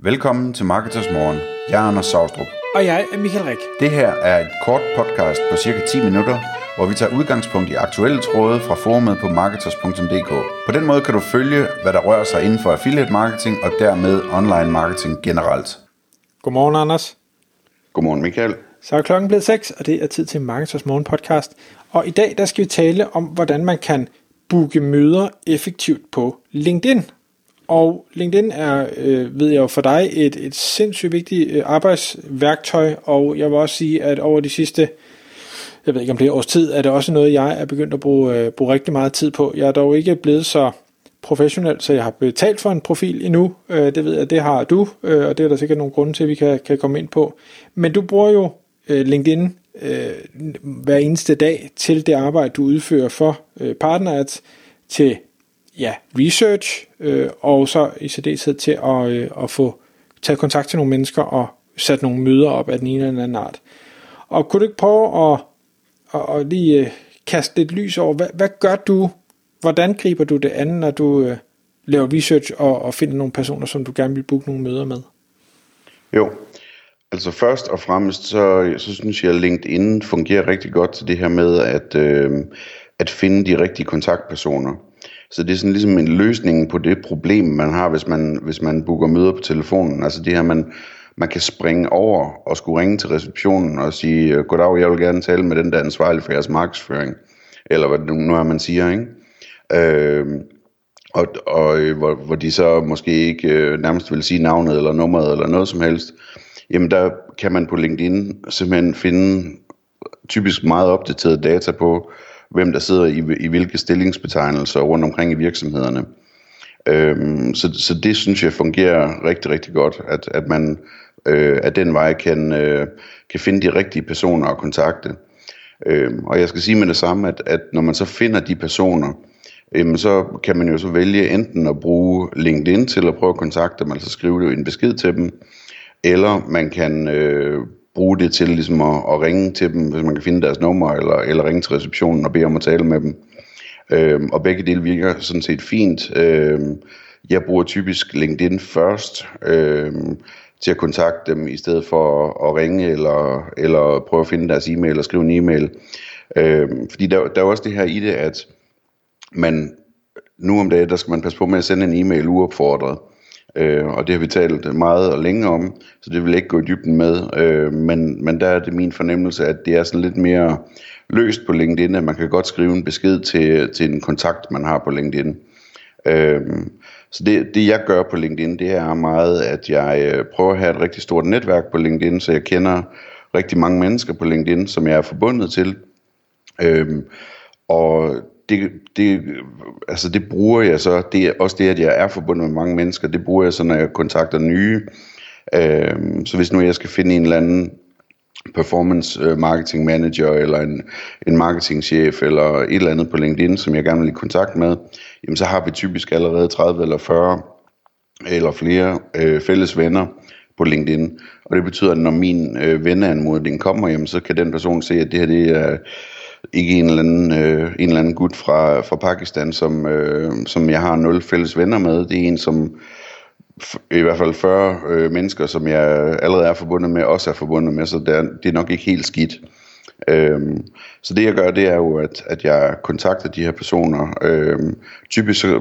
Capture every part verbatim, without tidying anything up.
Velkommen til Marketers Morgen. Jeg er Anders Saustrup. Og jeg er Michael Rik. Det her er et kort podcast på cirka ti minutter, hvor vi tager udgangspunkt i aktuelle tråde fra forumet på marketers punktum d k. På den måde kan du følge, hvad der rører sig inden for affiliate marketing og dermed online marketing generelt. Godmorgen, Anders. Godmorgen, Michael. Så er klokken blevet seks, og det er tid til Marketers Morgen podcast. Og i dag der skal vi tale om, hvordan man kan booke møder effektivt på LinkedIn. Og LinkedIn er, øh, ved jeg jo for dig, et, et sindssygt vigtigt øh, arbejdsværktøj, og jeg vil også sige, at over de sidste, jeg ved ikke om det er års tid, er det også noget, jeg er begyndt at bruge, øh, bruge rigtig meget tid på. Jeg er dog ikke blevet så professionel, så jeg har betalt for en profil endnu. Øh, det ved jeg, det har du, øh, og det er der sikkert nogle grunde til, at vi kan, kan komme ind på. Men du bruger jo øh, LinkedIn øh, hver eneste dag til det arbejde, du udfører for øh, partnerads, til ja, research, øh, og så i særdeleshed til at, øh, at få taget kontakt til nogle mennesker og sat nogle møder op af den ene eller anden art. Og kunne du ikke prøve at, at, at lige øh, kaste lidt lys over, hvad, hvad gør du, hvordan griber du det an, når du øh, laver research og, og finder nogle personer, som du gerne vil booke nogle møder med? Jo, altså først og fremmest, så, så synes jeg, at LinkedIn fungerer rigtig godt til det her med at, øh, at finde de rigtige kontaktpersoner. Så det er sådan ligesom en løsning på det problem, man har, hvis man, hvis man booker møder på telefonen. Altså det her, man, man kan springe over og skulle ringe til receptionen og sige, goddag, jeg vil gerne tale med den, der er ansvarlig for jeres markedsføring. Eller hvad det nu er, man siger, ikke? Øh, og og hvor, hvor de så måske ikke øh, nærmest vil sige navnet eller nummeret eller noget som helst. Jamen der kan man på LinkedIn simpelthen finde typisk meget opdaterede data på, hvem der sidder i, i hvilke stillingsbetegnelser rundt omkring i virksomhederne. Øhm, så, så det synes jeg fungerer rigtig, rigtig godt, at, at man øh, af den vej kan, øh, kan finde de rigtige personer at kontakte. Øhm, og jeg skal sige med det samme, at, at når man så finder de personer, øhm, så kan man jo så vælge enten at bruge LinkedIn til at prøve at kontakte dem, altså skrive en besked til dem, eller man kan øh, bruge det til ligesom at, at ringe til dem, hvis man kan finde deres nummer, eller, eller ringe til receptionen og bede om at tale med dem. Øhm, og begge dele virker sådan set fint. Øhm, jeg bruger typisk LinkedIn først øhm, til at kontakte dem, i stedet for at, at ringe, eller, eller prøve at finde deres e-mail, eller skrive en e-mail. Øhm, fordi der, der er også det her i det, at man nu om dagen, der skal man passe på med at sende en e-mail uopfordret. Øh, og det har vi talt meget og længe om, så det vil jeg ikke gå i dybden med, øh, men, men der er det min fornemmelse, at det er sådan lidt mere løst på LinkedIn, at man kan godt skrive en besked til, til en kontakt, man har på LinkedIn. Øh, så det, det jeg gør på LinkedIn, det er meget, at jeg øh, prøver at have et rigtig stort netværk på LinkedIn, så jeg kender rigtig mange mennesker på LinkedIn, som jeg er forbundet til. Øh, og Det, det, altså det bruger jeg så, det er også det, at jeg er forbundet med mange mennesker, det bruger jeg så, når jeg kontakter nye. Øh, så hvis nu jeg skal finde en eller anden performance marketing manager, eller en, en marketingchef, eller et eller andet på LinkedIn, som jeg gerne vil i kontakt med, jamen så har vi typisk allerede tredive eller fyrre eller flere øh, fælles venner på LinkedIn. Og det betyder, at når min øh, venneanmodning kommer, jamen så kan den person se, at det her det er ikke en eller anden, øh, en eller anden gut fra, fra Pakistan, som, øh, som jeg har nul fælles venner med. Det er en, som f- i hvert fald fyrre øh, mennesker, som jeg allerede er forbundet med, også er forbundet med, så det er, det er nok ikke helt skidt. Øhm, så det jeg gør, det er jo, at, at jeg kontakter de her personer. Øhm, typisk så,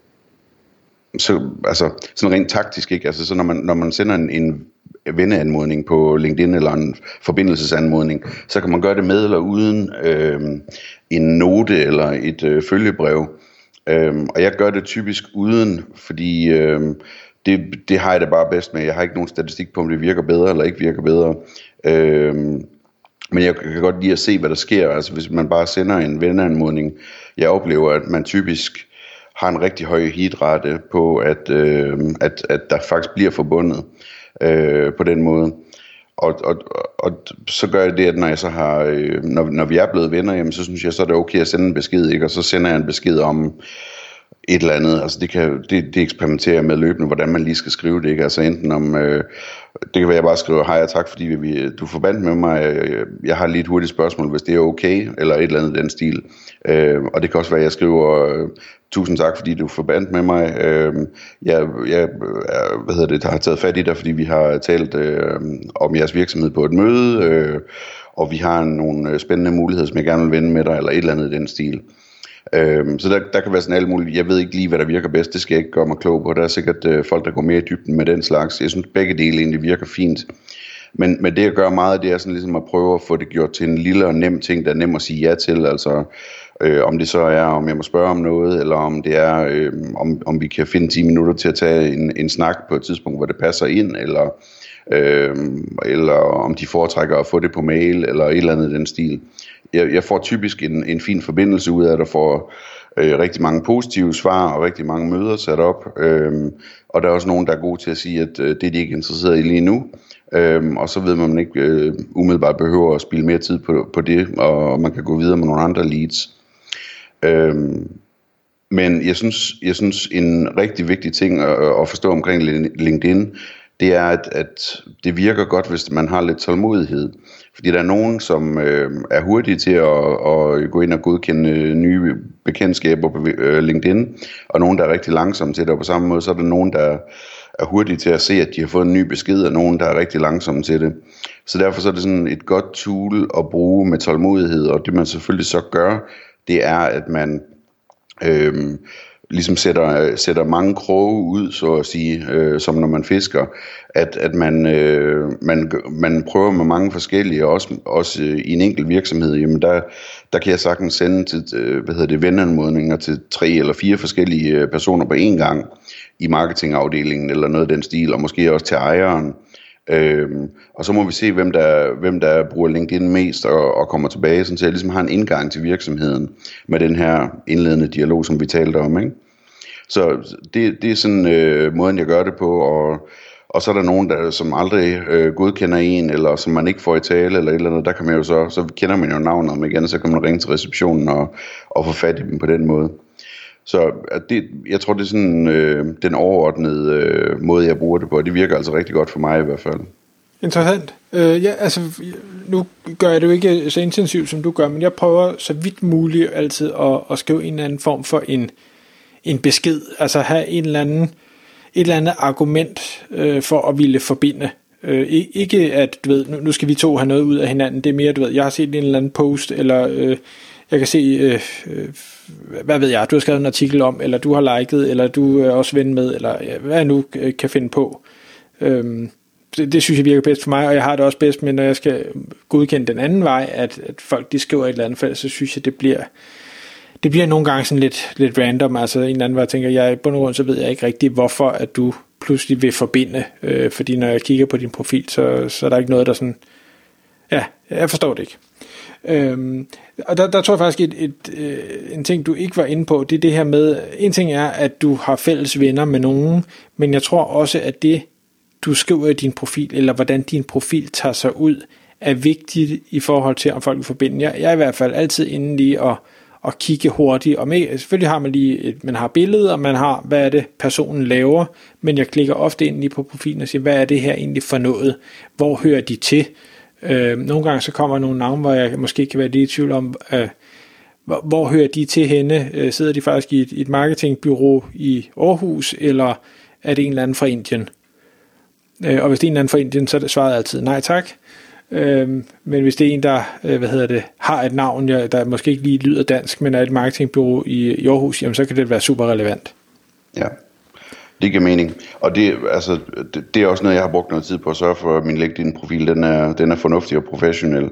så, altså sådan rent taktisk, ikke? Altså så når man, når man sender en, en venneanmodning på LinkedIn, eller en forbindelsesanmodning, så kan man gøre det med eller uden øh, en note eller et øh, følgebrev. Øh, og jeg gør det typisk uden, fordi øh, det, det har jeg det bare bedst med. Jeg har ikke nogen statistik på, om det virker bedre eller ikke virker bedre. Øh, men jeg kan godt lide at se, hvad der sker. Altså hvis man bare sender en venneanmodning, jeg oplever, at man typisk har en rigtig høj hitrate på, at, øh, at, at der faktisk bliver forbundet øh, på den måde. Og, og, og så gør jeg det, at når jeg så har, øh, når, når vi er blevet venner, jamen, så synes jeg, så er det okay at sende en besked, ikke? Og så sender jeg en besked om, et eller andet. Altså det, kan, det, det eksperimenterer jeg med løbende, hvordan man lige skal skrive det, ikke? Altså enten om, øh, det kan være, jeg bare skriver, hej og tak, fordi vi, du forbandt med mig, jeg, jeg har lige et hurtigt spørgsmål, hvis det er okay, eller et eller andet den stil. Øh, og det kan også være, jeg skriver, øh, tusind tak, fordi du forbandt med mig. Øh, jeg, jeg hvad hedder det, har taget fat i dig, fordi vi har talt øh, om jeres virksomhed på et møde, øh, og vi har nogle spændende muligheder, som jeg gerne vil vende med dig, eller et eller andet i den stil. Øhm, så der, der kan være sådan alt muligt. Jeg ved ikke lige, hvad der virker bedst. Det skal jeg ikke gøre mig klog på. Der er sikkert øh, folk, der går mere i dybden med den slags. Jeg synes, begge dele egentlig virker fint. Men, men det, jeg gør meget, det er sådan ligesom at prøve at få det gjort til en lille og nem ting, der er nem at sige ja til. Altså, øh, om det så er, om jeg må spørge om noget, eller om det er, øh, om, om vi kan finde ti minutter til at tage en, en snak på et tidspunkt, hvor det passer ind, eller, øh, eller om de foretrækker at få det på mail, eller et eller andet i den stil. Jeg, jeg får typisk en, en fin forbindelse ud af det, og får øh, rigtig mange positive svar, og rigtig mange møder sat op. Øh, og der er også nogen, der er gode til at sige, at øh, det er de ikke interesseret i lige nu. Øhm, og så ved man, man ikke øh, umiddelbart behøver at spilde mere tid på, på det, og man kan gå videre med nogle andre leads. Øhm, men jeg synes, jeg synes en rigtig vigtig ting at, at forstå omkring LinkedIn, det er, at, at det virker godt, hvis man har lidt tålmodighed. Fordi der er nogen, som øh, er hurtige til at, at gå ind og godkende nye bekendtskaber på øh, LinkedIn, og nogen, der er rigtig langsomme til det, og på samme måde, så er der nogen, der er hurtige til at se, at de har fået en ny besked, og nogen, der er rigtig langsomme til det. Så derfor så er det sådan et godt tool at bruge med tålmodighed, og det man selvfølgelig så gør, det er, at man øh, ligesom sætter, sætter mange kroge ud, så at sige, øh, som når man fisker, at, at man, øh, man, man prøver med mange forskellige, også, også øh, i en enkelt virksomhed, jamen der, der kan jeg sagtens sende til, øh, hvad hedder det, venanmodninger til tre eller fire forskellige øh, personer på én gang, i marketingafdelingen eller noget af den stil, og måske også til ejeren. Øhm, og så må vi se, hvem der, hvem der bruger LinkedIn mest og, og kommer tilbage, så jeg ligesom har en indgang til virksomheden med den her indledende dialog, som vi talte om, ikke? Så det, det er sådan øh, måden, jeg gør det på, og, og så er der nogen, der, som aldrig øh, godkender en, eller som man ikke får i tale, eller et eller andet, der kan man jo så, så kender man jo navnet om igen, så kan man ringe til receptionen og, og få fat i dem på den måde. Så det, jeg tror, det er sådan øh, den overordnede øh, måde, jeg bruger det på, og det virker altså rigtig godt for mig i hvert fald. Interessant. Øh, ja, altså, nu gør jeg det jo ikke så intensivt, som du gør, men jeg prøver så vidt muligt altid at, at skrive en eller anden form for en, en besked, altså have en eller anden, et eller andet argument øh, for at ville forbinde. Øh, ikke at, du ved, nu, nu skal vi to have noget ud af hinanden, det er mere, du ved, jeg har set en eller anden post, eller øh, jeg kan se, øh, øh, hvad ved jeg, du har skrevet en artikel om, eller du har liket, eller du er også ven med, eller ja, hvad jeg nu øh, kan finde på. Øh, det, det synes jeg virker bedst for mig, og jeg har det også bedst med, når jeg skal godkende den anden vej, at, at folk de skriver et eller andet fald, så synes jeg, det bliver, det bliver nogle gange sådan lidt, lidt random, altså en eller anden, hvor jeg tænker, jeg på nogen grund, så ved jeg ikke rigtigt, hvorfor at du pludselig vil forbinde, øh, fordi når jeg kigger på din profil, så, så er der ikke noget, der sådan, ja, jeg forstår det ikke. Øhm, og der, der tror jeg faktisk et, et, øh, en ting du ikke var inde på, det er det her med, en ting er at du har fælles venner med nogen, men jeg tror også at det du skriver i din profil, eller hvordan din profil tager sig ud, er vigtigt i forhold til om folk vil forbinde. Jeg, jeg er i hvert fald altid inde lige at, at kigge hurtigt, og med, selvfølgelig har man lige et, man har billeder, og man har hvad er det personen laver, men jeg klikker ofte ind lige på profilen og siger, hvad er det her egentlig for noget, hvor hører de til? Øh, nogle gange så kommer nogle navne, hvor jeg måske kan være lidt i tvivl om, øh, hvor, hvor hører de til henne? Øh, sidder de faktisk i et, et marketingbyrå i Aarhus, eller er det en eller anden fra Indien? Øh, og hvis det er en eller anden fra Indien, så er det svaret altid nej tak. Øh, men hvis det er en, der øh, hvad hedder det, har et navn, der måske ikke lige lyder dansk, men er et marketingbyrå i, i Aarhus, jamen, så kan det være super relevant. Ja. Det giver mening, og det, altså, det, det er også noget, jeg har brugt noget tid på at sørge for, at min LinkedIn-profil, den er, den er fornuftig og professionel.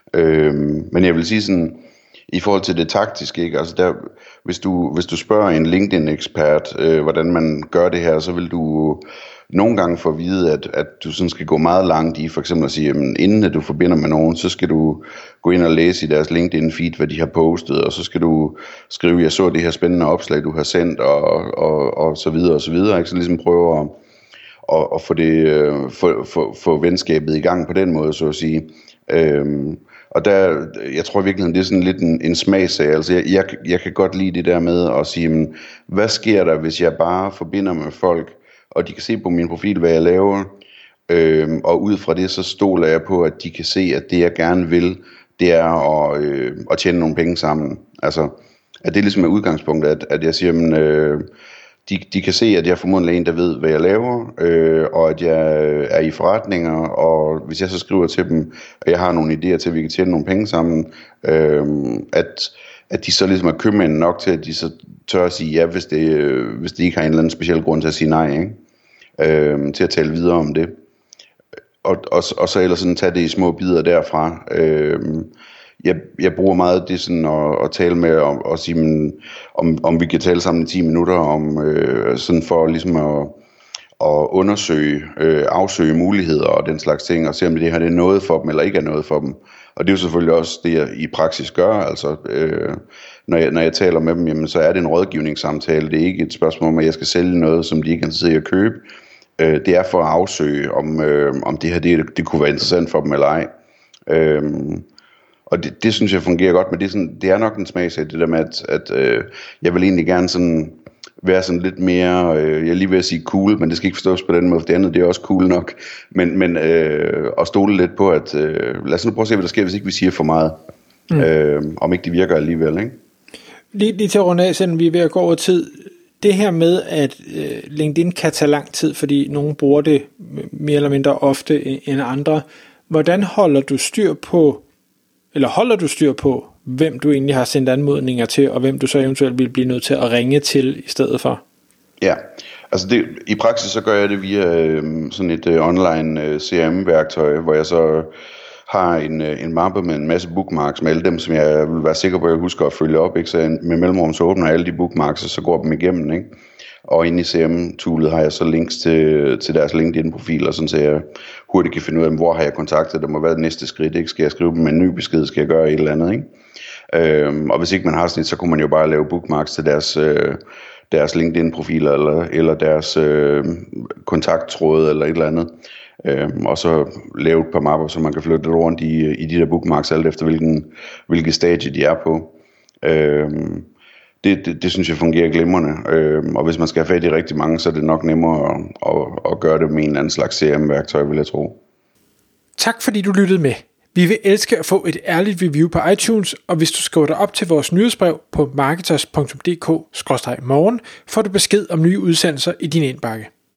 Øhm, men jeg vil sige sådan, i forhold til det taktiske, ikke? Altså der, hvis, du, hvis du spørger en LinkedIn-ekspert, øh, hvordan man gør det her, så vil du nogle gange få at vide, at, at du sådan skal gå meget langt i, for eksempel at sige, jamen, inden at du forbinder med nogen, så skal du gå ind og læse i deres LinkedIn-feed, hvad de har postet, og så skal du skrive, jeg så det her spændende opslag, du har sendt, og, og, og så videre, og så videre, ikke? Så ligesom prøve at, at, at få, det, få, få, få venskabet i gang på den måde, så at sige. Øhm, og der, jeg tror virkelig, det er sådan lidt en, en smagsag. Altså jeg, jeg, jeg kan godt lide det der med at sige, men, hvad sker der, hvis jeg bare forbinder med folk, og de kan se på min profil, hvad jeg laver, øhm, og ud fra det, så stoler jeg på, at de kan se, at det jeg gerne vil, det er at, øh, at tjene nogle penge sammen. Altså, at det ligesom er udgangspunktet, at, at jeg siger, men, øh, de, de kan se, at jeg er formodentlig en, der ved, hvad jeg laver, øh, og at jeg er i forretninger, og hvis jeg så skriver til dem, at jeg har nogle idéer til, at vi kan tjene nogle penge sammen, øh, at, at de så ligesom er købmænd nok til, at de så tør at sige ja, hvis det, øh, hvis de ikke har en eller anden speciel grund til at sige nej, ikke? Øh, til at tale videre om det. Og, og, og så ellers sådan tage det i små bidder derfra. Øh, Jeg, jeg bruger meget det sådan at, at tale med og, og sige, men, om, om vi kan tale sammen i ti minutter, om, øh, sådan for ligesom at, at undersøge, øh, afsøge muligheder og den slags ting, og se om det her det er noget for dem, eller ikke er noget for dem. Og det er jo selvfølgelig også det, jeg i praksis gør. Altså, øh, når, jeg, når jeg taler med dem, jamen, så er det en rådgivningssamtale. Det er ikke et spørgsmål om, at jeg skal sælge noget, som de ikke kan sidde og købe. Øh, det er for at afsøge, om, øh, om det her det, det kunne være interessant for dem eller ej. Øh, Og det, det synes jeg fungerer godt, men det er, sådan, det er nok en smagsag, det der med, at, at øh, jeg vil egentlig gerne sådan være sådan lidt mere, øh, jeg er lige ved at sige cool, men det skal ikke forstås på den måde, for det andet det er også cool nok, men, men øh, at stole lidt på, at øh, lad os nu prøve at se, hvad der sker, hvis ikke vi siger for meget, mm. øh, om ikke det virker alligevel, ikke? Lige, lige til at runde af, selvom vi er ved at gå over tid, det her med, at øh, LinkedIn kan tage lang tid, fordi nogen bruger det mere eller mindre ofte end andre, hvordan holder du styr på, eller holder du styr på, hvem du egentlig har sendt anmodninger til, og hvem du så eventuelt vil blive nødt til at ringe til i stedet for? Ja, altså det, i praksis så gør jeg det via øh, sådan et øh, online øh, C R M-værktøj, hvor jeg så har en, øh, en mappe med en masse bookmarks med alle dem, som jeg vil være sikker på, at jeg husker at følge op, ikke? Så jeg, med mellemrum så åbner alle de bookmarks, og så går dem igennem, ikke? Og inde i C R M-toolet har jeg så links til, til deres LinkedIn-profiler, sådan så jeg hurtigt kan finde ud af, hvor har jeg kontaktet dem, og hvad er det næste skridt, ikke? Skal jeg skrive dem en ny besked, skal jeg gøre et eller andet, ikke? Øhm, og hvis ikke man har sådan et, så kunne man jo bare lave bookmarks til deres, øh, deres LinkedIn-profiler, eller, eller deres øh, kontakttråde, eller et eller andet. Øhm, og så lave et par mapper, så man kan flytte lidt rundt i, i de der bookmarks, alt efter hvilken, hvilke stadie de er på. Øhm, Det, det, det synes jeg fungerer glimrende, øhm, og hvis man skal have fat i rigtig mange, så er det nok nemmere at, at, at gøre det med en eller anden slags C R M-værktøj, vil jeg tro. Tak fordi du lyttede med. Vi vil elske at få et ærligt review på iTunes, og hvis du skriver dig op til vores nyhedsbrev på marketers punktum d k skråstreg morgen, får du besked om nye udsendelser i din indbakke.